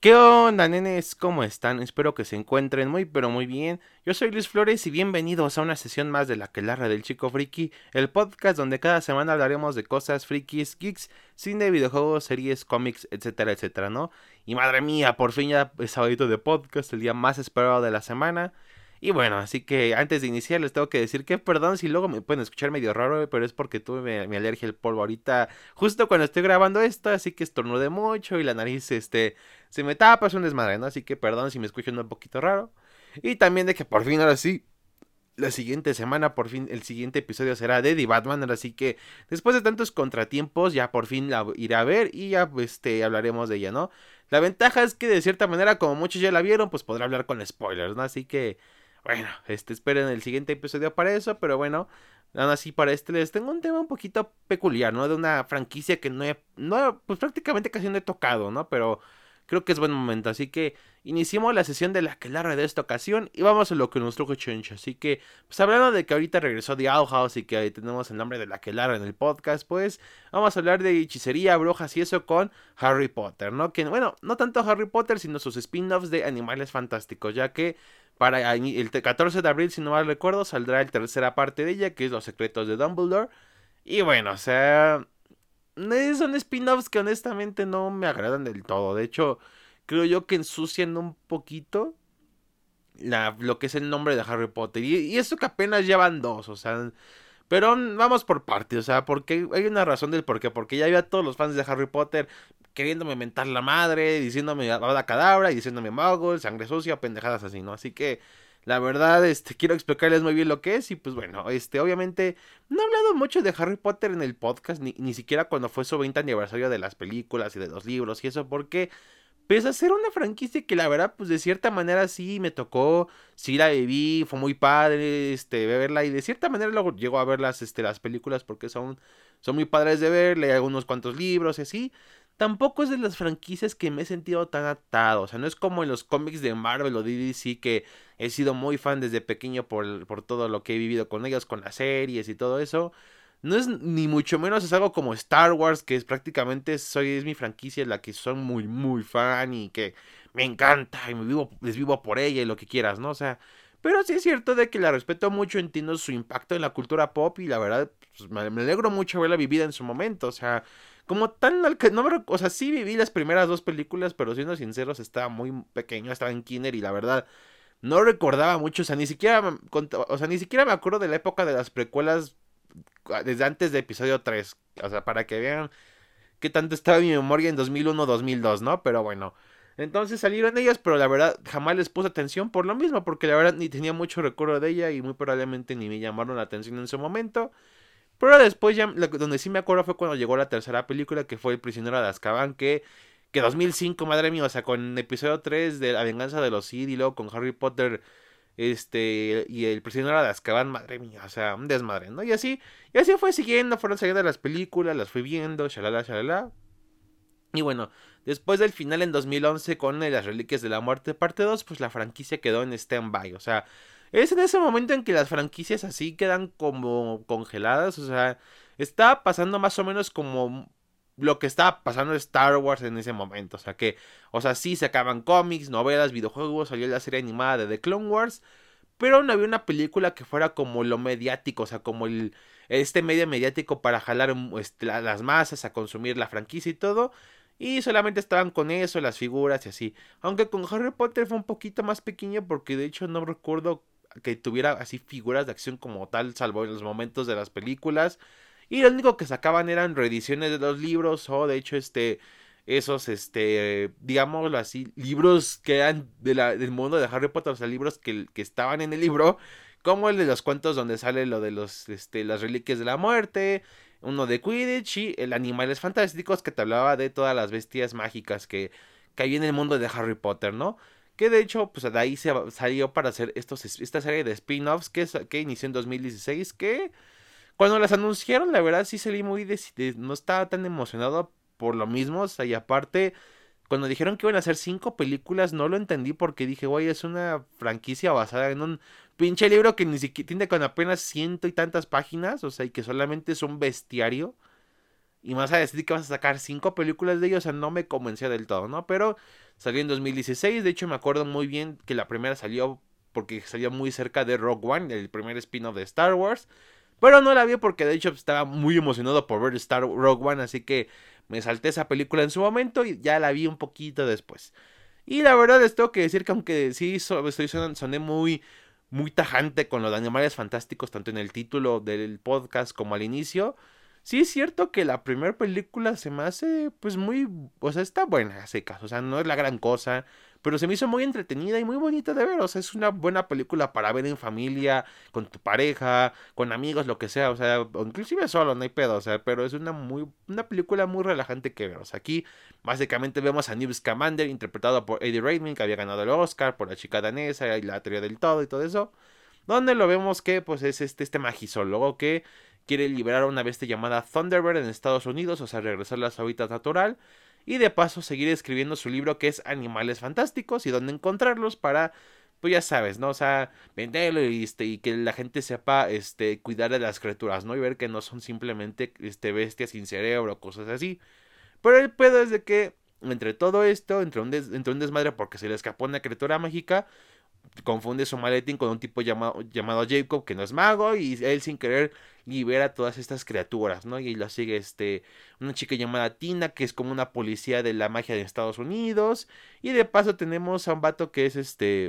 ¿Qué onda, nenes? ¿Cómo están? Espero que se encuentren muy pero muy bien. Yo soy Luis Flores y bienvenidos a una sesión más de La Aquelarre del Chico Friki, el podcast donde cada semana hablaremos de cosas frikis, geeks, cine, videojuegos, series, cómics, etcétera, etcétera, ¿no? Y madre mía, por fin ya es sabadito de podcast, el día más esperado de la semana. Y bueno, así que antes de iniciar les tengo que decir que perdón si luego me pueden escuchar medio raro, pero es porque tuve mi alergia al polvo ahorita, justo cuando estoy grabando esto, así que estornudé mucho y la nariz, se me tapa, es un desmadre, ¿no? Así que perdón si me escuchan un poquito raro. Y también de que por fin, ahora sí, la siguiente semana, por fin, el siguiente episodio será de The Batman. Así que después de tantos contratiempos, ya por fin la iré a ver y ya, hablaremos de ella, ¿no? La ventaja es que de cierta manera, como muchos ya la vieron, pues podré hablar con spoilers, ¿no? Así que, bueno, esperen el siguiente episodio para eso, pero bueno. Aún así, para este les tengo un tema un poquito peculiar, ¿no? De una franquicia que pues prácticamente casi no he tocado, ¿no? Pero creo que es buen momento. Así que iniciemos la sesión de la aquelarre de esta ocasión y vamos a lo que nos trajo Chencho. Así que, pues hablando de que ahorita regresó The Owl House y que ahí tenemos el nombre de la aquelarre en el podcast, pues vamos a hablar de hechicería, brujas y eso con Harry Potter, ¿no? Que, bueno, no tanto Harry Potter, sino sus spin-offs de Animales Fantásticos, ya que para el 14 de abril, si no mal recuerdo, saldrá la tercera parte de ella, que es Los Secretos de Dumbledore. Y bueno, o sea, son spin-offs que honestamente no me agradan del todo. De hecho, creo yo que ensucian un poquito lo que es el nombre de Harry Potter. Y eso que apenas llevan dos, o sea. Pero vamos por partes, o sea, porque hay una razón del por qué. Porque ya había todos los fans de Harry Potter queriéndome mentar la madre, diciéndome Avada Cadabra, y diciéndome Muggle, sangre sucia, pendejadas así, ¿no? Así que la verdad, quiero explicarles muy bien lo que es. Y pues bueno, obviamente no he hablado mucho de Harry Potter en el podcast, ni siquiera cuando fue su 20 aniversario de las películas y de los libros y eso, porque pese a ser una franquicia que la verdad, pues de cierta manera sí me tocó, sí la viví, fue muy padre, verla y de cierta manera luego llego a ver las películas porque son muy padres de ver, leí algunos cuantos libros y así. Tampoco es de las franquicias que me he sentido tan atado, o sea, no es como en los cómics de Marvel o de DC que he sido muy fan desde pequeño por todo lo que he vivido con ellos, con las series y todo eso. No es ni mucho menos es algo como Star Wars, que es prácticamente es mi franquicia en la que soy muy, muy fan y que me encanta y les vivo por ella y lo que quieras, ¿no? O sea, pero sí es cierto de que la respeto mucho, entiendo su impacto en la cultura pop y la verdad, pues, me alegro mucho verla vivida en su momento, o sea, como tan, no o sea, sí viví las primeras dos películas, pero siendo sinceros, estaba muy pequeño, estaba en kinder y la verdad, no recordaba mucho, o sea, ni siquiera, o sea, ni siquiera me acuerdo de la época de las precuelas desde antes de episodio 3. O sea, para que vean qué tanto estaba mi memoria en 2001-2002, ¿no? Pero bueno. Entonces salieron ellas, pero la verdad jamás les puse atención por lo mismo, porque la verdad ni tenía mucho recuerdo de ella y muy probablemente ni me llamaron la atención en su momento. Pero después ya, donde sí me acuerdo fue cuando llegó la tercera película, que fue El prisionero de Azkaban, que 2005, madre mía, o sea, con episodio 3 de La venganza de los Sith y luego con Harry Potter y el prisionero de Azkaban, madre mía, o sea, un desmadre, ¿no? Y así fue siguiendo, fueron saliendo las películas, las fui viendo, shalala, shalala. Y bueno, después del final en 2011 con Las Reliquias de la Muerte parte 2 pues la franquicia quedó en stand-by, o sea, es en ese momento en que las franquicias así quedan como congeladas, o sea, está pasando más o menos como lo que estaba pasando en Star Wars en ese momento, o sea, sí se acaban cómics, novelas, videojuegos, salió la serie animada de The Clone Wars, pero no había una película que fuera como lo mediático, o sea, como este medio mediático para jalar las masas a consumir la franquicia y todo. Y solamente estaban con eso, las figuras y así. Aunque con Harry Potter fue un poquito más pequeño porque de hecho no recuerdo que tuviera así figuras de acción como tal, salvo en los momentos de las películas. Y lo único que sacaban eran reediciones de los libros o de hecho esos, digámoslo así, libros que eran del mundo de Harry Potter, o sea, libros que estaban en el libro, como el de los cuentos donde sale lo de las reliquias de la muerte, uno de Quidditch y el Animales Fantásticos que te hablaba de todas las bestias mágicas que hay en el mundo de Harry Potter, ¿no? Que de hecho, pues de ahí se salió para hacer esta serie de spin-offs que inició en 2016, que cuando las anunciaron, la verdad sí salí muy no estaba tan emocionado por lo mismo, o sea, y aparte, cuando dijeron que iban a hacer 5 películas, no lo entendí porque dije, güey, es una franquicia basada en un pinche libro que ni siquiera tiene con apenas ciento y tantas páginas, o sea, y que solamente es un bestiario. Y más a decir que vas a sacar 5 películas de ellos, o sea, no me convenció del todo, ¿no? Pero salió en 2016, de hecho me acuerdo muy bien que la primera salió porque salió muy cerca de Rogue One, el primer spin-off de Star Wars. Pero no la vi porque de hecho estaba muy emocionado por ver Rogue One, así que me salté esa película en su momento y ya la vi un poquito después. Y la verdad les tengo que decir que aunque sí soné muy tajante con lo de Animales Fantásticos, tanto en el título del podcast como al inicio, sí es cierto que la primera película se me hace pues muy, o sea, está buena a secas, o sea, no es la gran cosa, pero se me hizo muy entretenida y muy bonita de ver, o sea, es una buena película para ver en familia, con tu pareja, con amigos, lo que sea, o sea, o inclusive solo, no hay pedo, o sea, pero es una película muy relajante que ver, o sea, aquí básicamente vemos a Newt Scamander interpretado por Eddie Redmayne, que había ganado el Oscar por La chica danesa y La teoría del todo y todo eso, donde lo vemos que pues es este magizólogo que quiere liberar a una bestia llamada Thunderbird en Estados Unidos, o sea, regresarla a su hábitat natural y de paso seguir escribiendo su libro que es Animales Fantásticos y dónde encontrarlos para, pues ya sabes, ¿no? O sea, venderlo y que la gente sepa cuidar de las criaturas, ¿no? Y ver que no son simplemente bestias sin cerebro, cosas así. Pero el pedo es de que entre todo esto, entre un desmadre porque se le escapó una criatura mágica, confunde su maletín con un tipo llamado Jacob, que no es mago, y él sin querer libera a todas estas criaturas, ¿no? Y lo sigue una chica llamada Tina, que es como una policía de la magia de Estados Unidos, y de paso tenemos a un vato que es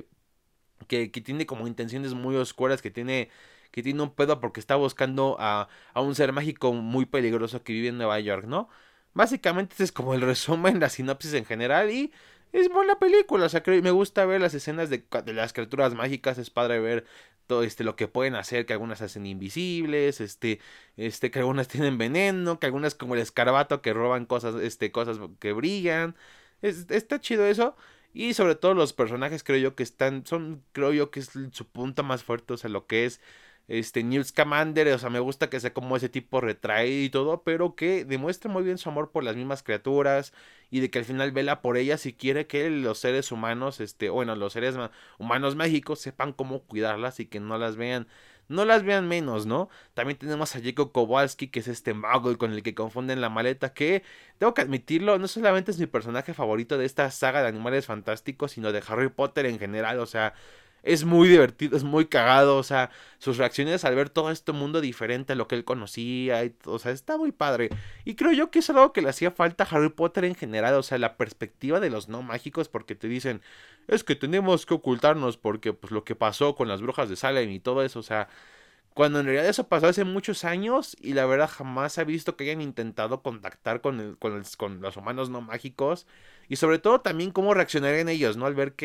que tiene como intenciones muy oscuras, que tiene un pedo porque está buscando a un ser mágico muy peligroso que vive en Nueva York, ¿no? Básicamente ese es como el resumen, la sinopsis en general y es buena película, o sea, me gusta ver las escenas de las criaturas mágicas, es padre ver todo lo que pueden hacer, que algunas hacen invisibles, que algunas tienen veneno, que algunas como el escarabato que roban cosas que brillan. Está chido eso. Y sobre todo los personajes creo yo que creo yo que es su punto más fuerte, o sea, lo que es Newt Scamander, o sea, me gusta que sea como ese tipo retraído y todo, pero que demuestra muy bien su amor por las mismas criaturas y de que al final vela por ellas y quiere que los seres humanos, bueno, los seres humanos mágicos sepan cómo cuidarlas y que no las vean menos, ¿no? También tenemos a Jacob Kowalski, que es este mago con el que confunden la maleta, que tengo que admitirlo, no solamente es mi personaje favorito de esta saga de Animales Fantásticos, sino de Harry Potter en general, o sea, es muy divertido, es muy cagado, o sea, sus reacciones al ver todo este mundo diferente a lo que él conocía, o sea, está muy padre. Y creo yo que es algo que le hacía falta a Harry Potter en general, o sea, la perspectiva de los no mágicos, porque te dicen, es que tenemos que ocultarnos porque pues lo que pasó con las brujas de Salem y todo eso, o sea, cuando en realidad eso pasó hace muchos años y la verdad jamás he visto que hayan intentado contactar con los humanos no mágicos y sobre todo también cómo reaccionarían ellos, ¿no? Al ver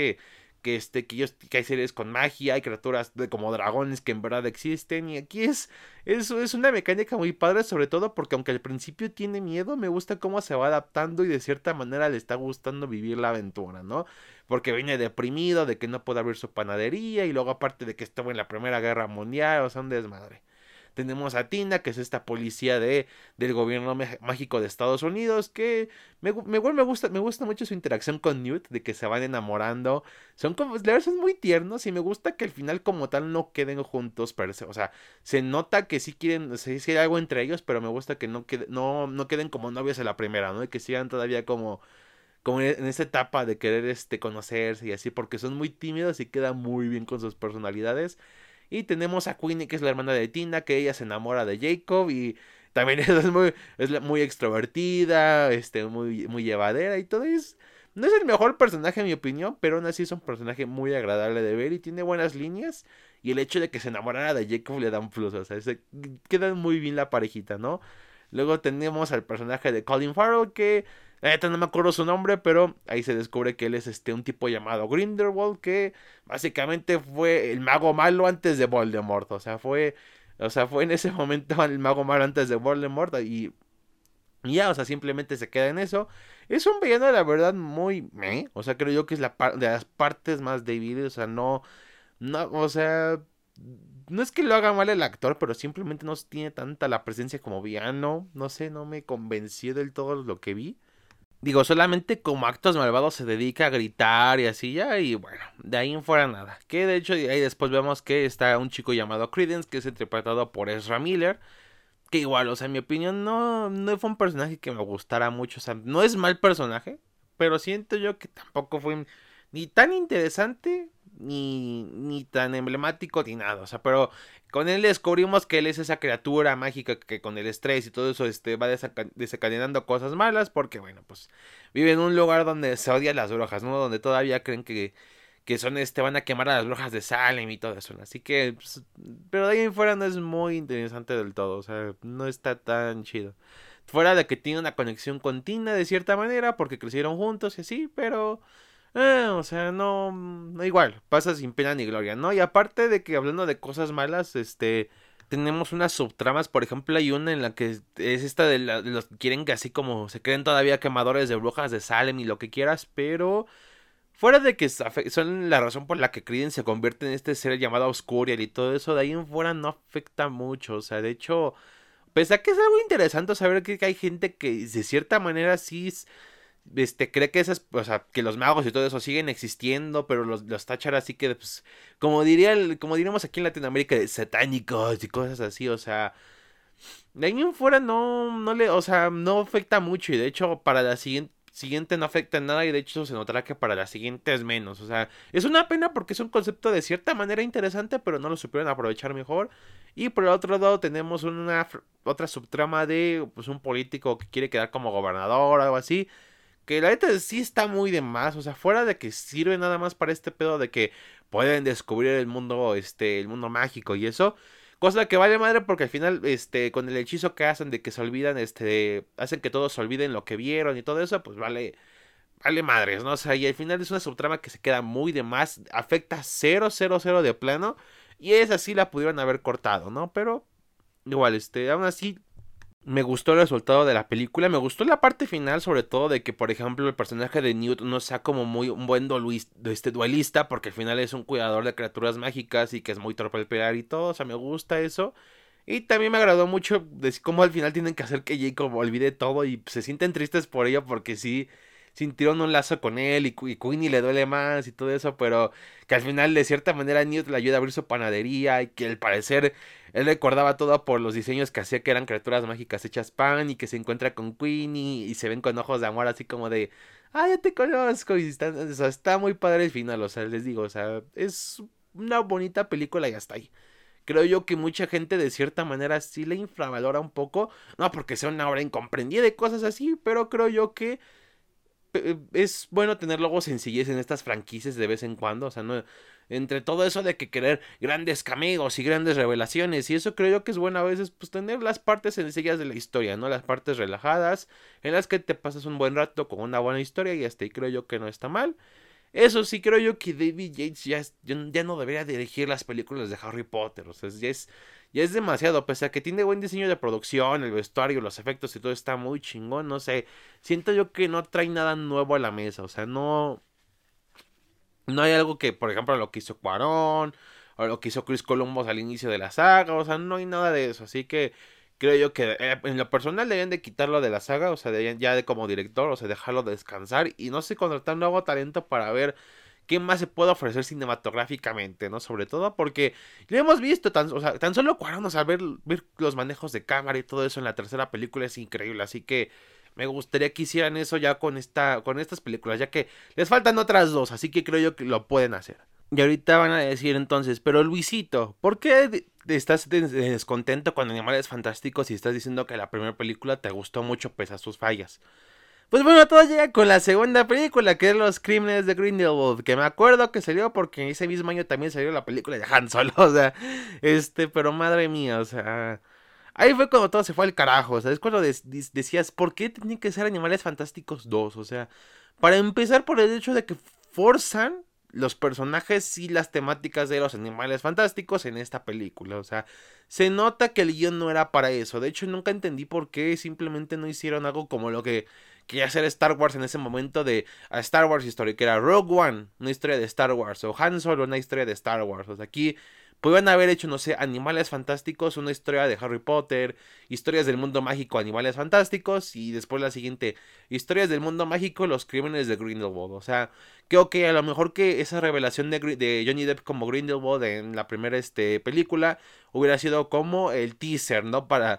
que hay seres con magia, hay criaturas como dragones que en verdad existen y aquí es una mecánica muy padre, sobre todo porque aunque al principio tiene miedo, me gusta cómo se va adaptando y de cierta manera le está gustando vivir la aventura, ¿no? Porque viene deprimido de que no puede abrir su panadería y luego aparte de que estuvo en la Primera Guerra Mundial, o sea, un desmadre. Tenemos a Tina, que es esta policía del gobierno mágico de Estados Unidos, que me gusta mucho su interacción con Newt, de que se van enamorando. Son como, la verdad son muy tiernos y me gusta que al final como tal no queden juntos, o sea, se nota que sí quieren, sí hay algo entre ellos, pero me gusta que no queden como novios en la primera, ¿no? Y que sigan todavía como en esa etapa de querer conocerse y así, porque son muy tímidos y quedan muy bien con sus personalidades. Y tenemos a Queenie, que es la hermana de Tina, que ella se enamora de Jacob y también muy extrovertida, muy llevadera y todo. No es el mejor personaje en mi opinión, pero aún así es un personaje muy agradable de ver y tiene buenas líneas. Y el hecho de que se enamorara de Jacob le da un plus, o sea, quedan muy bien la parejita, ¿no? Luego tenemos al personaje de Colin Farrell, que no me acuerdo su nombre, pero ahí se descubre que él es un tipo llamado Grindelwald, que básicamente fue el mago malo antes de Voldemort. O sea, fue en ese momento el mago malo antes de Voldemort y ya, o sea, simplemente se queda en eso. Es un villano, la verdad, muy o sea, creo yo que es de las partes más débiles, o sea, no, o sea, no es que lo haga mal el actor, pero simplemente no tiene tanta la presencia como villano. No sé, no me convenció del todo lo que vi. Digo, solamente como actos malvados se dedica a gritar y así ya, y bueno, de ahí en fuera nada. Que de hecho, ahí después vemos que está un chico llamado Credence, que es interpretado por Ezra Miller, que igual, o sea, en mi opinión no fue un personaje que me gustara mucho, o sea, no es mal personaje, pero siento yo que tampoco fue ni tan interesante, ni tan emblemático, ni nada, o sea, pero con él descubrimos que él es esa criatura mágica que con el estrés y todo eso va desencadenando cosas malas, porque bueno, pues vive en un lugar donde se odian las brujas, ¿no? Donde todavía creen que son van a quemar a las brujas de Salem y todo eso, ¿no? Así que, pues, pero de ahí en fuera no es muy interesante del todo, o sea, no está tan chido. Fuera de que tiene una conexión continua de cierta manera, porque crecieron juntos y así, pero, o sea, no igual, pasa sin pena ni gloria, ¿no? Y aparte de que hablando de cosas malas, tenemos unas subtramas, por ejemplo, hay una en la que es esta de los que quieren que así como se creen todavía quemadores de brujas de Salem y lo que quieras, pero fuera de que son la razón por la que Creedence se convierte en este ser llamado Oscurial y todo eso, de ahí en fuera no afecta mucho. O sea, de hecho, pese a que es algo interesante saber que hay gente que de cierta manera sí cree que esas, o sea, que los magos y todo eso siguen existiendo, pero los tachar así que, pues, como diríamos aquí en Latinoamérica, de satánicos y cosas así, o sea, de ahí en fuera o sea, no afecta mucho y de hecho para la siguiente no afecta en nada y de hecho se notará que para la siguiente es menos, o sea, es una pena porque es un concepto de cierta manera interesante, pero no lo supieron aprovechar mejor. Y por el otro lado tenemos otra subtrama de pues un político que quiere quedar como gobernador o algo así, que la neta sí está muy de más, o sea, fuera de que sirve nada más para este pedo de que pueden descubrir el mundo mágico y eso. Cosa que vale madre porque al final, con el hechizo que hacen de que se olvidan, hacen que todos se olviden lo que vieron y todo eso, pues vale madres, ¿no? O sea, y al final es una subtrama que se queda muy de más, afecta cero cero cero de plano, y esa sí la pudieron haber cortado, ¿no? Pero igual, aún así, me gustó el resultado de la película, me gustó la parte final, sobre todo de que, por ejemplo, el personaje de Newt no sea como muy un buen duelista, porque al final es un cuidador de criaturas mágicas y que es muy torpe al pelear y todo, o sea, me gusta eso. Y también me agradó mucho cómo al final tienen que hacer que Jacob olvide todo y se sienten tristes por ello porque sí sintieron un lazo con él y Queenie le duele más y todo eso, pero que al final de cierta manera Newt le ayuda a abrir su panadería y que al parecer él recordaba todo por los diseños que hacía que eran criaturas mágicas hechas pan y que se encuentra con Queenie y se ven con ojos de amor así como de, ah, ya te conozco y o sea, está muy padre el final, o sea, les digo, o sea, es una bonita película y hasta ahí. Creo yo que mucha gente de cierta manera sí la infravalora un poco, no porque sea una obra incomprendida y cosas así, pero creo yo que es bueno tener luego sencillez en estas franquicias de vez en cuando, o sea, no entre todo eso de que querer grandes cameos y grandes revelaciones y eso creo yo que es bueno a veces pues tener las partes sencillas de la historia, ¿no? Las partes relajadas en las que te pasas un buen rato con una buena historia y hasta ahí creo yo que no está mal. Eso sí, creo yo que David Yates ya no debería dirigir las películas de Harry Potter. O sea, ya es demasiado. Pese a que tiene buen diseño de producción, el vestuario, los efectos y todo está muy chingón. No sé. Siento yo que no trae nada nuevo a la mesa. O sea, no hay algo que, por ejemplo, lo que hizo Cuarón o lo que hizo Chris Columbus al inicio de la saga. O sea, no hay nada de eso. Así que creo yo que en lo personal deberían de quitarlo de la saga. O sea, deberían ya de como director, o sea, dejarlo descansar. Y no sé, contratar nuevo talento para ver qué más se puede ofrecer cinematográficamente, ¿no? Sobre todo porque lo hemos visto, o sea, tan solo Cuarón, o sea, ver los manejos de cámara y todo eso en la tercera película es increíble. Así que me gustaría que hicieran eso ya con estas películas, ya que les faltan otras dos, así que creo yo que lo pueden hacer. Y ahorita van a decir entonces, pero Luisito, ¿por qué estás descontento con Animales Fantásticos y estás diciendo que la primera película te gustó mucho pese a sus fallas? Pues bueno, todo llega con la segunda película, que es Los Crímenes de Grindelwald, que me acuerdo que salió porque ese mismo año también salió la película de Han Solo, o sea, pero madre mía, o sea, ahí fue cuando todo se fue al carajo, o sea, es cuando decías, ¿por qué tenía que ser Animales Fantásticos 2? O sea, para empezar por el hecho de que forzan los personajes y las temáticas de los animales fantásticos en esta película, o sea, se nota que el guión no era para eso, de hecho nunca entendí por qué simplemente no hicieron algo como lo que quería hacer Star Wars en ese momento de a Star Wars Story, que era Rogue One, una historia de Star Wars, o Han Solo, una historia de Star Wars, o sea, aquí podrían haber hecho, no sé, Animales Fantásticos, una historia de Harry Potter, historias del mundo mágico, Animales Fantásticos, y después la siguiente, historias del mundo mágico, los crímenes de Grindelwald. O sea, creo que a lo mejor que esa revelación de Johnny Depp como Grindelwald en la primera película hubiera sido como el teaser, ¿no?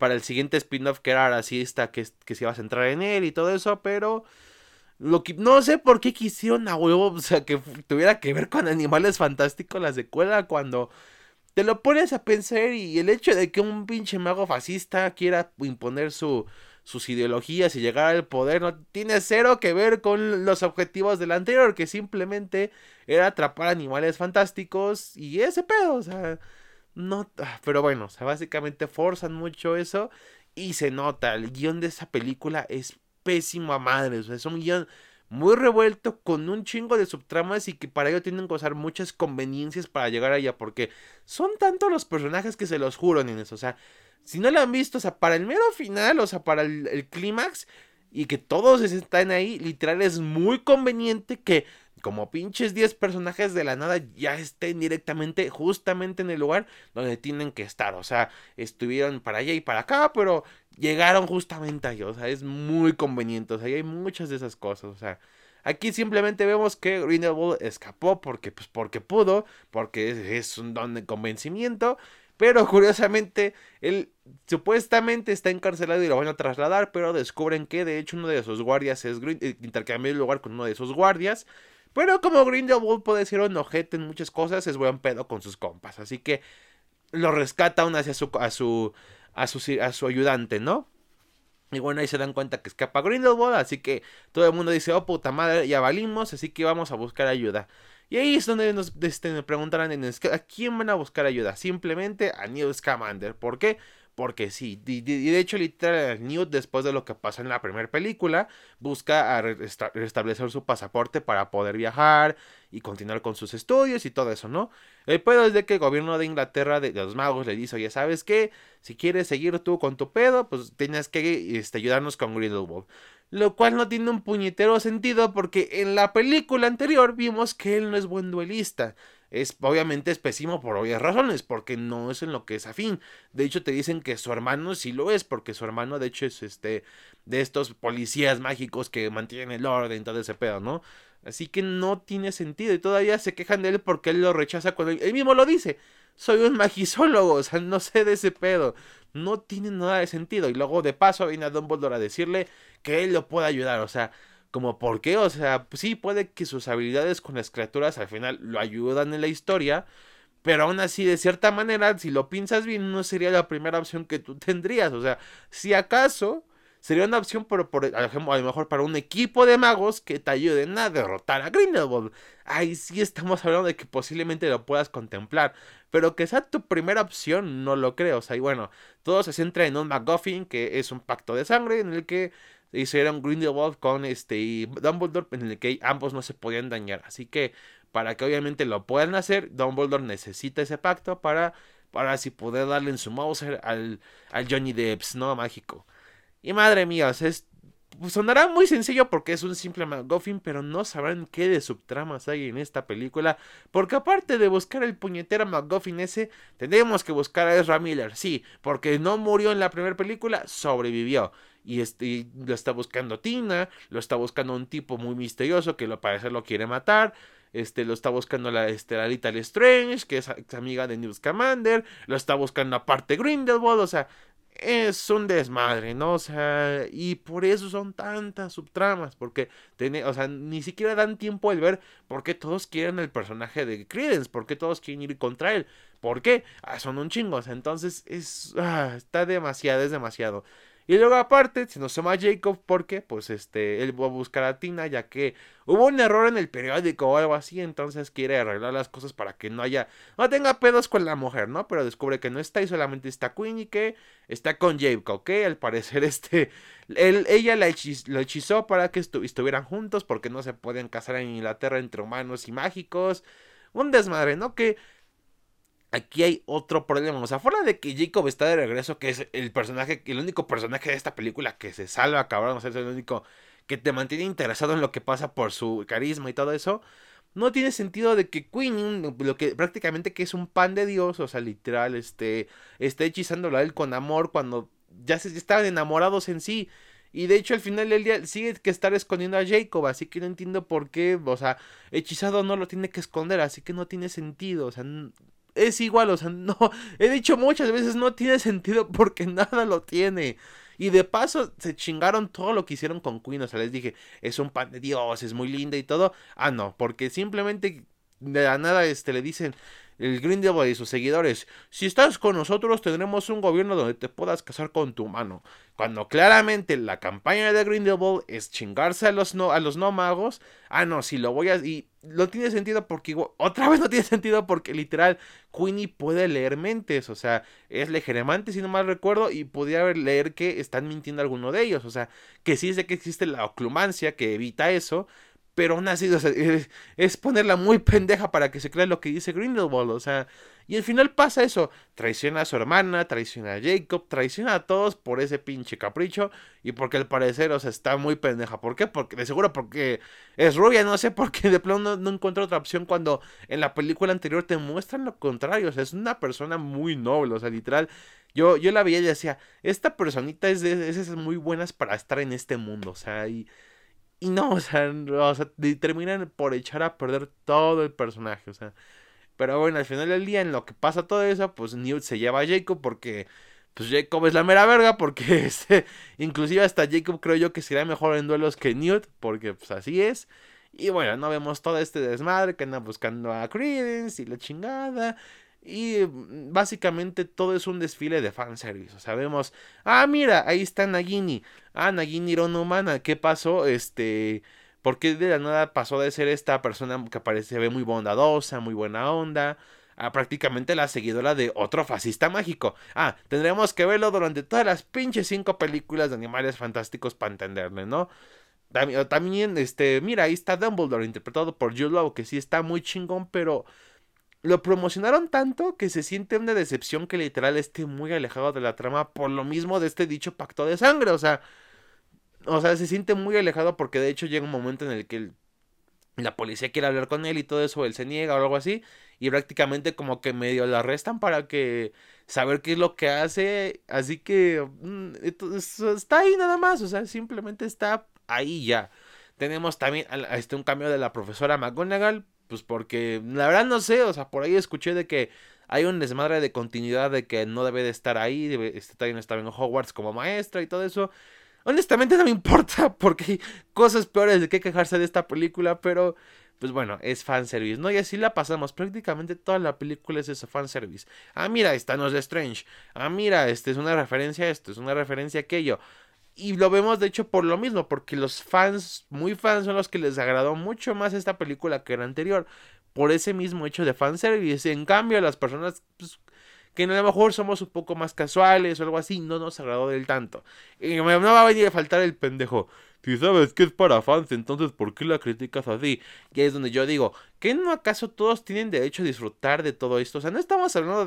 para el siguiente spin-off que era racista, que se iba a centrar en él y todo eso, pero lo que no sé por qué quisieron a huevo, o sea, que tuviera que ver con Animales Fantásticos la secuela cuando te lo pones a pensar y el hecho de que un pinche mago fascista quiera imponer sus ideologías y llegar al poder no tiene cero que ver con los objetivos del anterior, que simplemente era atrapar animales fantásticos y ese pedo, o sea, no, pero bueno, o sea, básicamente forzan mucho eso y se nota, el guión de esa película es pésimo a madres, o sea, es un guión muy revuelto con un chingo de subtramas y que para ello tienen que usar muchas conveniencias para llegar allá, porque son tantos los personajes que se los juro en eso, o sea, si no lo han visto, o sea, para el mero final, o sea, para el clímax y que todos están ahí, literal es muy conveniente que como pinches 10 personajes de la nada ya estén directamente, justamente en el lugar donde tienen que estar. O sea, estuvieron para allá y para acá, pero llegaron justamente ahí. O sea, es muy conveniente. O sea, y hay muchas de esas cosas. O sea, aquí simplemente vemos que Grindelwald escapó porque, pues, porque pudo, porque es un don de convencimiento. Pero curiosamente, él supuestamente está encarcelado y lo van a trasladar, pero descubren que de hecho uno de sus guardias es intercambió el lugar con uno de sus guardias. Pero como Grindelwald puede ser un ojete en muchas cosas, es buen pedo con sus compas. Así que lo rescata aún hacia a su ayudante, ¿no? Y bueno, ahí se dan cuenta que escapa Grindelwald, así que todo el mundo dice, oh puta madre, ya valimos, así que vamos a buscar ayuda. Y ahí es donde nos preguntarán ¿a quién van a buscar ayuda? Simplemente a Newt Scamander. ¿Por qué? Porque sí, y de hecho literal Newt después de lo que pasó en la primera película, busca restablecer su pasaporte para poder viajar y continuar con sus estudios y todo eso, ¿no? El pedo es de que el gobierno de Inglaterra de los magos le dice, oye, ¿sabes qué? Si quieres seguir tú con tu pedo, pues tienes que ayudarnos con Grindelwald. Lo cual no tiene un puñetero sentido porque en la película anterior vimos que él no es buen duelista. Obviamente es pésimo por obvias razones, porque no es en lo que es afín. De hecho te dicen que su hermano sí lo es, porque su hermano de hecho es de estos policías mágicos que mantienen el orden y todo ese pedo, ¿no? Así que no tiene sentido y todavía se quejan de él porque él lo rechaza cuando él mismo lo dice. Soy un magisólogo, o sea, no sé de ese pedo. No tiene nada de sentido. Y luego de paso viene a Dumbledore a decirle que él lo puede ayudar, o sea, como por qué, o sea, pues sí puede que sus habilidades con las criaturas al final lo ayudan en la historia, pero aún así de cierta manera, si lo piensas bien, no sería la primera opción que tú tendrías, o sea, si acaso sería una opción a lo mejor para un equipo de magos que te ayuden a derrotar a Grindelwald. Ahí sí estamos hablando de que posiblemente lo puedas contemplar, pero que sea tu primera opción no lo creo, o sea, y bueno, todo se centra en un MacGuffin que es un pacto de sangre en el que hicieron Grindelwald con y Dumbledore en el que ambos no se podían dañar, así que para que obviamente lo puedan hacer, Dumbledore necesita ese pacto para así poder darle en su Mauser al Johnny Depps, ¿no? Mágico. Y madre mía, o sea, pues sonará muy sencillo porque es un simple MacGuffin, pero no sabrán qué de subtramas hay en esta película. Porque aparte de buscar el puñetero MacGuffin ese, tendremos que buscar a Ezra Miller, sí, porque no murió en la primera película, sobrevivió. Y lo está buscando Tina, lo está buscando un tipo muy misterioso que al parecer lo quiere matar. Lo está buscando la Little Strange, que es amiga de Newt Scamander. Lo está buscando aparte Grindelwald, o sea, es un desmadre, ¿no? O sea, y por eso son tantas subtramas, porque, o sea, ni siquiera dan tiempo el ver por qué todos quieren el personaje de Credence, por qué todos quieren ir contra él, por qué, son un chingo, o sea, entonces está demasiado, es demasiado. Y luego aparte, se nos llama Jacob porque, pues, él va a buscar a Tina ya que hubo un error en el periódico o algo así, entonces quiere arreglar las cosas para que no tenga pedos con la mujer, ¿no? Pero descubre que no está y solamente está Queen y que está con Jacob, que al parecer, ella lo hechizó para que estuvieran juntos porque no se pueden casar en Inglaterra entre humanos y mágicos. Un desmadre, ¿no? Que aquí hay otro problema, o sea, fuera de que Jacob está de regreso, que es el único personaje de esta película que se salva, cabrón, o sea, es el único que te mantiene interesado en lo que pasa por su carisma y todo eso, no tiene sentido de que Queen, lo que prácticamente que es un pan de Dios, o sea, literal, esté hechizándolo a él con amor cuando ya se estaban enamorados en sí. Y de hecho al final del día sigue que estar escondiendo a Jacob, así que no entiendo por qué, o sea, hechizado no lo tiene que esconder, así que no tiene sentido, o sea, es igual, o sea, no, he dicho muchas veces, no tiene sentido porque nada lo tiene. Y de paso se chingaron todo lo que hicieron con Queen, o sea, les dije, es un pan de Dios, es muy linda y todo. Ah, no, porque simplemente de la nada le dicen el Grindelwald y sus seguidores, si estás con nosotros tendremos un gobierno donde te puedas casar con tu mano. Cuando claramente la campaña de Grindelwald es chingarse a los no magos. Ah, no, si lo voy a... Y no tiene sentido porque otra vez no tiene sentido porque literal Queenie puede leer mentes, o sea, es legeremante si no mal recuerdo y podía leer que están mintiendo alguno de ellos, o sea, que sí sé que existe la oclumancia que evita eso, pero aún así, o sea, es ponerla muy pendeja para que se crea lo que dice Grindelwald, o sea, y al final pasa eso, traiciona a su hermana, traiciona a Jacob, traiciona a todos por ese pinche capricho y porque al parecer, o sea, está muy pendeja. ¿Por qué? Porque de seguro porque es rubia, no sé, porque de plano no encuentro otra opción cuando en la película anterior te muestran lo contrario, o sea, es una persona muy noble, o sea, literal, yo la veía y decía, esta personita es de esas muy buenas para estar en este mundo, o sea, y no, o sea, terminan por echar a perder todo el personaje, o sea. Pero bueno, al final del día, en lo que pasa todo eso, pues Newt se lleva a Jacob porque, pues Jacob es la mera verga, porque inclusive hasta Jacob creo yo que sería mejor en duelos que Newt, porque pues así es. Y bueno, no vemos todo este desmadre que anda buscando a Credence y la chingada. Y básicamente todo es un desfile de fanservice. O sea, vemos, ah, mira, ahí está Nagini. Ah, Nagini era una humana. ¿Qué pasó? ¿Por qué de la nada pasó de ser esta persona que parece se ve muy bondadosa, muy buena onda, a prácticamente la seguidora de otro fascista mágico? Ah, tendremos que verlo durante todas las pinches 5 películas de Animales Fantásticos para entenderle, ¿no? También, mira, ahí está Dumbledore, interpretado por Jude Law, que sí está muy chingón, pero lo promocionaron tanto que se siente una decepción que literal esté muy alejado de la trama por lo mismo de este dicho pacto de sangre, o sea, se siente muy alejado porque de hecho llega un momento en el que la policía quiere hablar con él y todo eso, él se niega o algo así, y prácticamente como que medio lo arrestan para que saber qué es lo que hace, así que está ahí nada más, o sea, simplemente está ahí ya. Tenemos también un cambio de la profesora McGonagall, pues porque la verdad no sé, o sea, por ahí escuché de que hay un desmadre de continuidad de que no debe de estar ahí, también estaba en Hogwarts como maestra y todo eso. Honestamente no me importa porque hay cosas peores de que quejarse de esta película, pero pues bueno, es fanservice, ¿no? Y así la pasamos, prácticamente toda la película es eso, fanservice. Ah, mira, esta no es de Strange. Ah, mira, este es una referencia a esto, es una referencia a aquello. Y lo vemos de hecho por lo mismo, porque los fans, muy fans, son los que les agradó mucho más esta película que la anterior. Por ese mismo hecho de fanservice. En cambio, las personas pues, que a lo mejor somos un poco más casuales o algo así, no nos agradó del tanto. Y no va a venir a faltar el pendejo. Si sabes que es para fans, entonces ¿por qué la criticas así? Y ahí es donde yo digo, ¿que no acaso todos tienen derecho a disfrutar de todo esto? O sea, no estamos hablando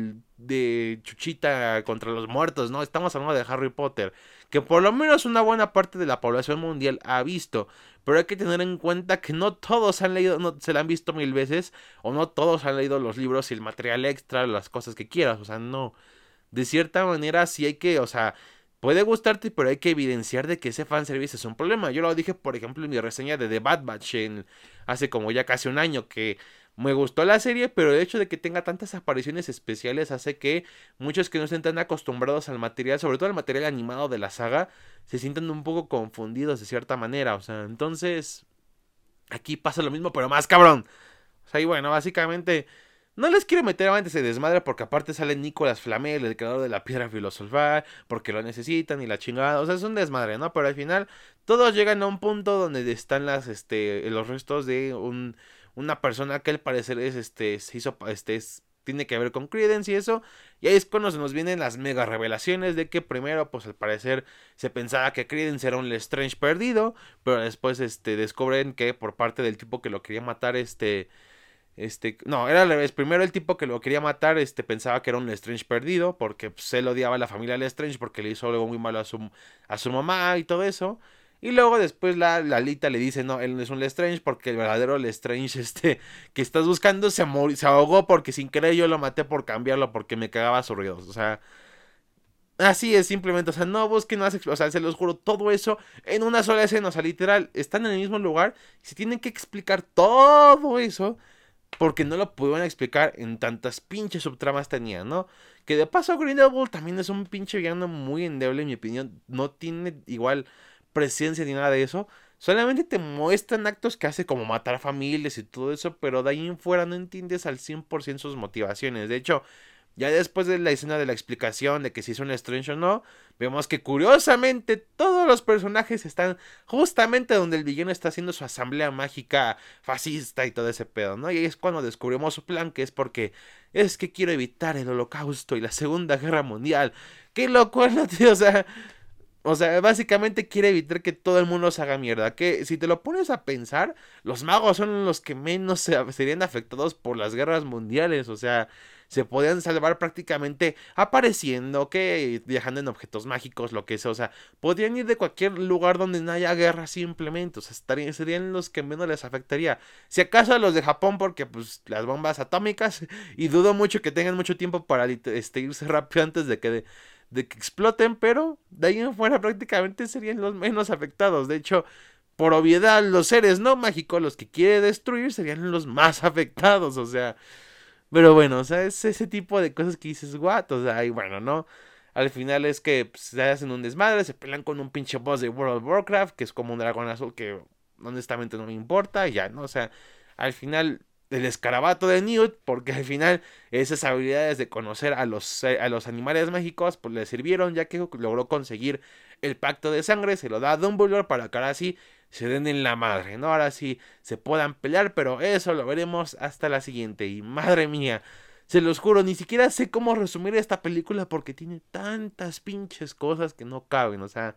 de Chuchita contra los muertos, no, estamos hablando de Harry Potter, que por lo menos una buena parte de la población mundial ha visto. Pero hay que tener en cuenta que no todos han leído, no, se la han visto 1000 veces, o no todos han leído los libros y el material extra, las cosas que quieras, o sea, no. De cierta manera sí hay que, o sea, puede gustarte, pero hay que evidenciar de que ese fanservice es un problema. Yo lo dije, por ejemplo, en mi reseña de The Bad Batch hace como ya casi un año, que me gustó la serie, pero el hecho de que tenga tantas apariciones especiales hace que muchos que no estén tan acostumbrados al material, sobre todo al material animado de la saga, se sientan un poco confundidos de cierta manera. O sea, entonces aquí pasa lo mismo, pero más cabrón. O sea, y bueno, básicamente no les quiero meter antes ese desmadre porque aparte sale Nicolas Flamel, el creador de la piedra filosofal, porque lo necesitan y la chingada. O sea, es un desmadre, ¿no? Pero al final todos llegan a un punto donde están los restos de una persona que al parecer se hizo, tiene que ver con Credence y eso. Y ahí es cuando se nos vienen las mega revelaciones de que primero, pues al parecer se pensaba que Credence era un Lestrange perdido, pero después, descubren que por parte del tipo que lo quería matar, no, era al revés. Primero el tipo que lo quería matar, pensaba que era un Lestrange perdido, porque pues, él odiaba a la familia Lestrange porque le hizo algo muy malo a su mamá y todo eso. Y luego después la Lita le dice, no, él no es un Lestrange porque el verdadero Lestrange, que estás buscando se ahogó porque sin querer yo lo maté por cambiarlo porque me cagaba sus ruidos. O sea, así es simplemente, o sea, no busquen más, o sea, se los juro, todo eso en una sola escena, o sea, literal, están en el mismo lugar y se tienen que explicar todo eso porque no lo pudieron explicar en tantas pinches subtramas tenía, ¿no? Que de paso Grindelwald también es un pinche villano muy endeble, en mi opinión. No tiene igual presencia ni nada de eso. Solamente te muestran actos que hace como matar familias y todo eso, pero de ahí en fuera no entiendes al 100% sus motivaciones. De hecho, ya después de la escena de la explicación de que si es un Strange o no, vemos que curiosamente todos los personajes están justamente donde el villano está haciendo su asamblea mágica fascista y todo ese pedo, ¿no? Y ahí es cuando descubrimos su plan, que es porque es que quiero evitar el holocausto y la Segunda Guerra Mundial. ¡Qué loco, no, tío! O sea, básicamente quiere evitar que todo el mundo se haga mierda. Que si te lo pones a pensar, los magos son los que menos serían afectados por las guerras mundiales. O sea, se podían salvar prácticamente apareciendo, que viajando en objetos mágicos, lo que sea. O sea, podrían ir de cualquier lugar donde no haya guerra simplemente. O sea, serían los que menos les afectaría. Si acaso a los de Japón, porque pues las bombas atómicas. Y dudo mucho que tengan mucho tiempo para irse rápido antes de que exploten, pero de ahí en fuera prácticamente serían los menos afectados. De hecho, por obviedad, los seres no mágicos, los que quiere destruir, serían los más afectados, o sea. Pero bueno, o sea, es ese tipo de cosas que dices, what, o sea, y bueno, ¿no? Al final es que pues, se hacen un desmadre, se pelean con un pinche boss de World of Warcraft, que es como un dragón azul que honestamente no me importa, y ya, ¿no? O sea, al final el escarabato de Newt, porque al final esas habilidades de conocer a los animales mágicos, pues le sirvieron, ya que logró conseguir el pacto de sangre, se lo da a Dumbledore para que ahora sí se den en la madre, ¿no? Ahora sí se puedan pelear, pero eso lo veremos hasta la siguiente. Y madre mía, se los juro, ni siquiera sé cómo resumir esta película porque tiene tantas pinches cosas que no caben, o sea.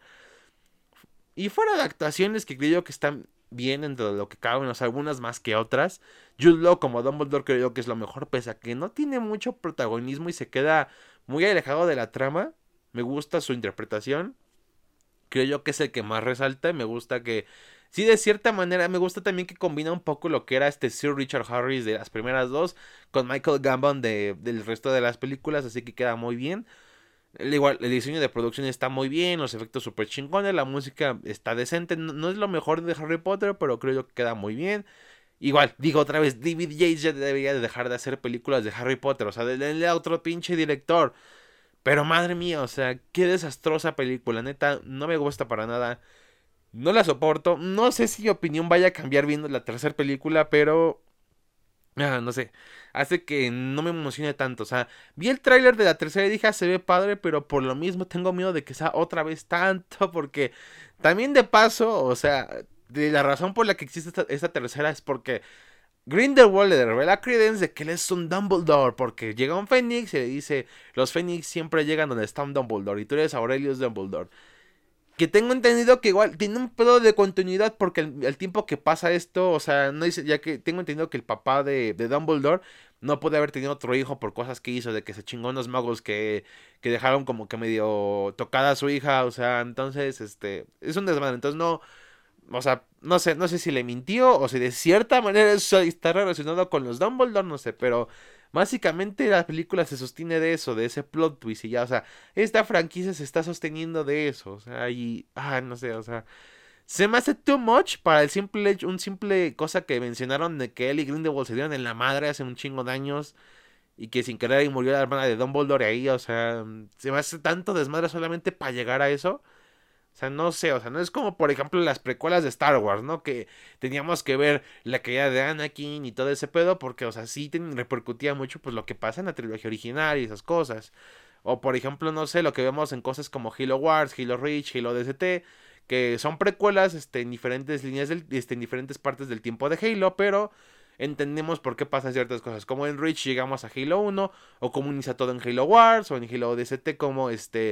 Y fuera de actuaciones que creo que están bien dentro de lo que caben, o sea, algunas más que otras. Jude Law como Dumbledore creo que es lo mejor, pese a que no tiene mucho protagonismo y se queda muy alejado de la trama. Me gusta su interpretación. Creo yo que es el que más resalta. Me gusta que, sí, de cierta manera, me gusta también que combina un poco lo que era este Sir Richard Harris de las primeras dos con Michael Gambon del resto de las películas, así que queda muy bien. Igual, el diseño de producción está muy bien, los efectos súper chingones, la música está decente, no, no es lo mejor de Harry Potter, pero creo yo que queda muy bien. Igual, digo otra vez, David Yates ya debería de dejar de hacer películas de Harry Potter, o sea, denle a otro pinche director. Pero madre mía, o sea, qué desastrosa película, neta, no me gusta para nada. No la soporto. No sé si mi opinión vaya a cambiar viendo la tercera película, pero no sé, hace que no me emocione tanto. O sea, vi el tráiler de la tercera y dije, se ve padre, pero por lo mismo tengo miedo de que sea otra vez tanto, porque también de paso, o sea, de la razón por la que existe esta tercera es porque Grindelwald le revela a Credence de que él es un Dumbledore, porque llega un Fénix y le dice, los Fénix siempre llegan donde está un Dumbledore, y tú eres Aurelius Dumbledore. Que tengo entendido que igual tiene un pedo de continuidad porque el tiempo que pasa esto, o sea, no dice, ya que tengo entendido que el papá de Dumbledore no puede haber tenido otro hijo por cosas que hizo, de que se chingó unos magos que dejaron como que medio tocada a su hija, o sea, entonces, es un desmadre, entonces no, o sea, no sé si le mintió o si de cierta manera eso está relacionado con los Dumbledore, no sé, pero básicamente la película se sostiene de eso, de ese plot twist y ya, o sea, esta franquicia se está sosteniendo de eso, o sea, no sé, o sea, se me hace too much para un simple cosa que mencionaron de que él y Grindelwald se dieron en la madre hace un chingo de años y que sin querer ahí murió la hermana de Dumbledore ahí, o sea, se me hace tanto desmadre solamente para llegar a eso. O sea, no sé, o sea, no es como por ejemplo las precuelas de Star Wars, ¿no? Que teníamos que ver la caída de Anakin y todo ese pedo, porque, o sea, sí repercutía mucho pues lo que pasa en la trilogía original y esas cosas. O por ejemplo, no sé, lo que vemos en cosas como Halo Wars, Halo Reach, Halo DST, que son precuelas, en diferentes líneas, en diferentes partes del tiempo de Halo, pero entendemos por qué pasan ciertas cosas. Como en Reach llegamos a Halo 1, o cómo inicia todo en Halo Wars, o en Halo DST como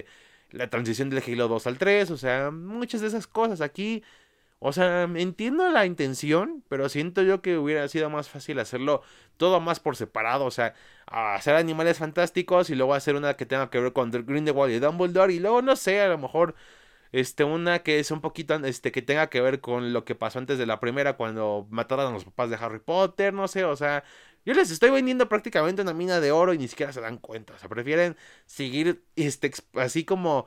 la transición del Halo 2 al 3, o sea, muchas de esas cosas aquí, o sea, entiendo la intención, pero siento yo que hubiera sido más fácil hacerlo todo más por separado, o sea, hacer animales fantásticos y luego hacer una que tenga que ver con Grindelwald y Dumbledore y luego, no sé, a lo mejor una que es un poquito, que tenga que ver con lo que pasó antes de la primera cuando mataron a los papás de Harry Potter, no sé, o sea, yo les estoy vendiendo prácticamente una mina de oro y ni siquiera se dan cuenta, o sea, prefieren seguir, así como,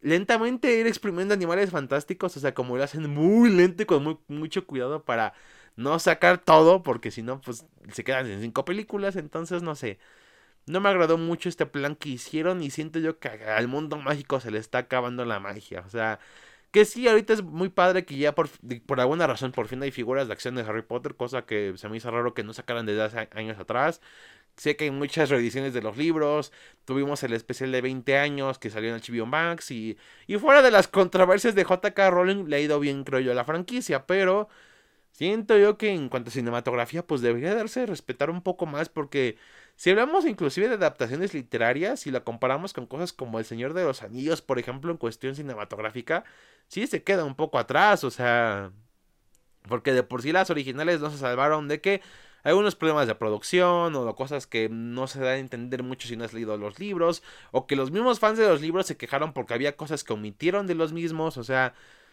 lentamente ir exprimiendo animales fantásticos, o sea, como lo hacen muy lento y con mucho cuidado para no sacar todo, porque si no, pues se quedan en 5 películas, entonces no sé. No me agradó mucho este plan que hicieron y siento yo que al mundo mágico se le está acabando la magia. O sea, que sí, ahorita es muy padre que ya por alguna razón por fin hay figuras de acción de Harry Potter, cosa que se me hizo raro que no sacaran desde hace años atrás. Sé que hay muchas reediciones de los libros, tuvimos el especial de 20 años que salió en HBO Max y fuera de las controversias de J.K. Rowling le ha ido bien creo yo a la franquicia, pero siento yo que en cuanto a cinematografía, pues debería darse a respetar un poco más, porque si hablamos inclusive de adaptaciones literarias y la comparamos con cosas como El Señor de los Anillos, por ejemplo, en cuestión cinematográfica, sí se queda un poco atrás, o sea, porque de por sí las originales no se salvaron de que hay unos problemas de producción o cosas que no se dan a entender mucho si no has leído los libros, o que los mismos fans de los libros se quejaron porque había cosas que omitieron de los mismos, o sea...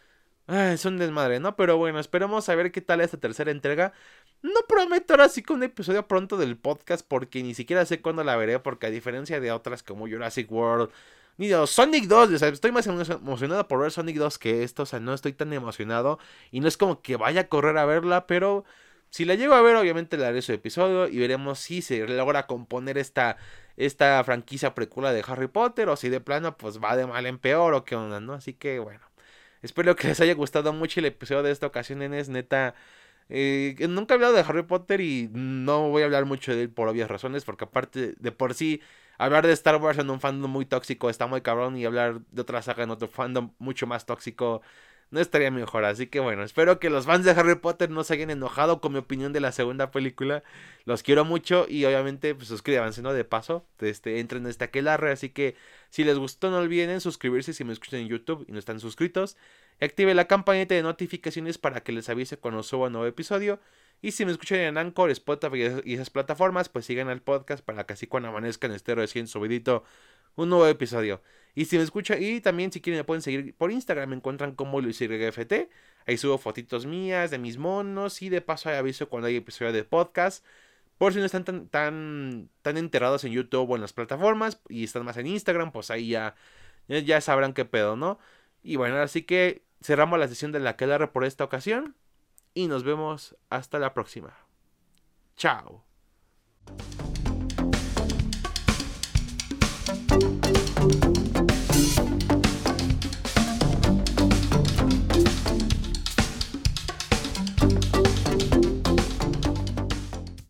es un desmadre, ¿no? Pero bueno, esperemos a ver qué tal esta tercera entrega. No prometo ahora sí que un episodio pronto del podcast porque ni siquiera sé cuándo la veré porque a diferencia de otras como Jurassic World, ni de Sonic 2, o sea, estoy más emocionado por ver Sonic 2 que esto, o sea, no estoy tan emocionado y no es como que vaya a correr a verla, pero si la llego a ver obviamente le haré su episodio y veremos si se logra componer esta franquicia precuela de Harry Potter o si de plano pues va de mal en peor o qué onda, ¿no? Así que bueno. Espero que les haya gustado mucho el episodio de esta ocasión, nenes. Neta, nunca he hablado de Harry Potter y no voy a hablar mucho de él por obvias razones, porque aparte de por sí, hablar de Star Wars en un fandom muy tóxico está muy cabrón y hablar de otra saga en otro fandom mucho más tóxico no estaría mejor. Así que bueno, espero que los fans de Harry Potter no se hayan enojado con mi opinión de la segunda película. Los quiero mucho y obviamente pues suscríbanse, ¿no? De paso, entren en esta aquelarre, así que si les gustó no olviden suscribirse si me escuchan en YouTube y no están suscritos. Y active la campanita de notificaciones para que les avise cuando suba un nuevo episodio. Y si me escuchan en Anchor, Spotify y esas plataformas, pues sigan al podcast para que así cuando amanezcan esté recién subidito un nuevo episodio. Y si me escuchan, y también si quieren me pueden seguir por Instagram, me encuentran como LuisYFT. Ahí subo fotitos mías de mis monos y de paso ahí aviso cuando hay episodio de podcast. Por si no están tan enterados en YouTube o en las plataformas y están más en Instagram, pues ahí ya sabrán qué pedo, ¿no? Y bueno, así que cerramos la sesión de la Aquelarre por esta ocasión y nos vemos hasta la próxima. Chao.